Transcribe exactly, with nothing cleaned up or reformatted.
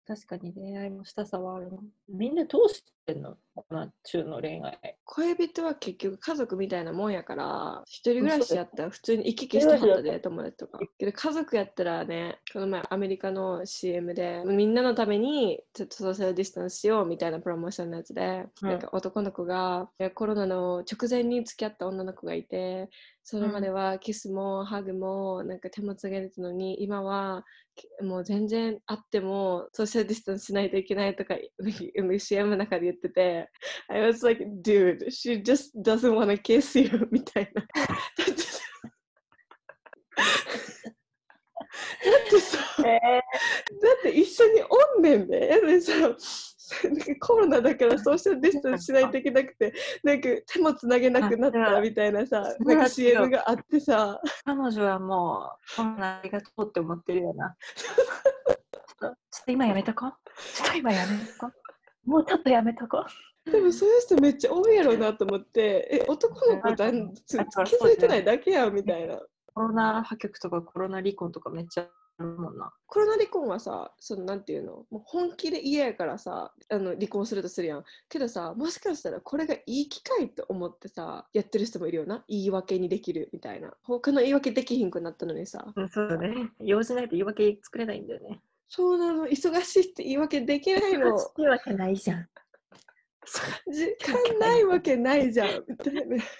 確かに恋愛もしたさはあるな。みんなどうしてんのこの中の恋愛。 恋人は結局家族みたいなもんやから、一人暮らしやったら普通に行き来一人暮らしだったしてはったで、友達とか。けど家族やったらね、この前アメリカの シーエム で、みんなのためにちょっとソーシャルディスタンスしようみたいなプロモーションのやつで、 うんなんか男の子がコロナの直前に付き合った女の子がいて、それまではキスもハグもなんか手もつげれたのに、今はもう全然会ってもソーシャルディスタンスしないといけないとか シーエム の中で言ってて、I was like, dude, she just doesn't want to kiss you みたいな。だってさ、だってさ、 えだって一緒におんねんで、でさ、なんかコロナだからソーシャルディスタンスしないといけなくて、なんか手もつなげなくなったみたいなさ、なんか シーエム があってさ、 彼女はもうコロナありがとうって思ってるよな。ちょっと、ちょっと今やめとこう。ちょっと今やめとこう。もうちょっとやめとこう。 でもそういう人めっちゃ多いやろうなと思って、え、男の子だんつ気づいてないだけやんみたいな。 コロナ破局とかコロナ離婚とかめっちゃあるもんな。 コロナ離婚はさ、そのなんていうの、もう本気で嫌やからさ、あの離婚するとするやん。けどさ、もしかしたらこれがいい機会と思ってさ、やってる人もいるよな。言い訳にできるみたいな。他の言い訳できひんくなったのにさ。 うん、そうだね。用事ないと言い訳作れないんだよね。 そうなの、忙しいって言い訳できないの。 いいわけないじゃん。 時間ないわけないじゃんみたいな。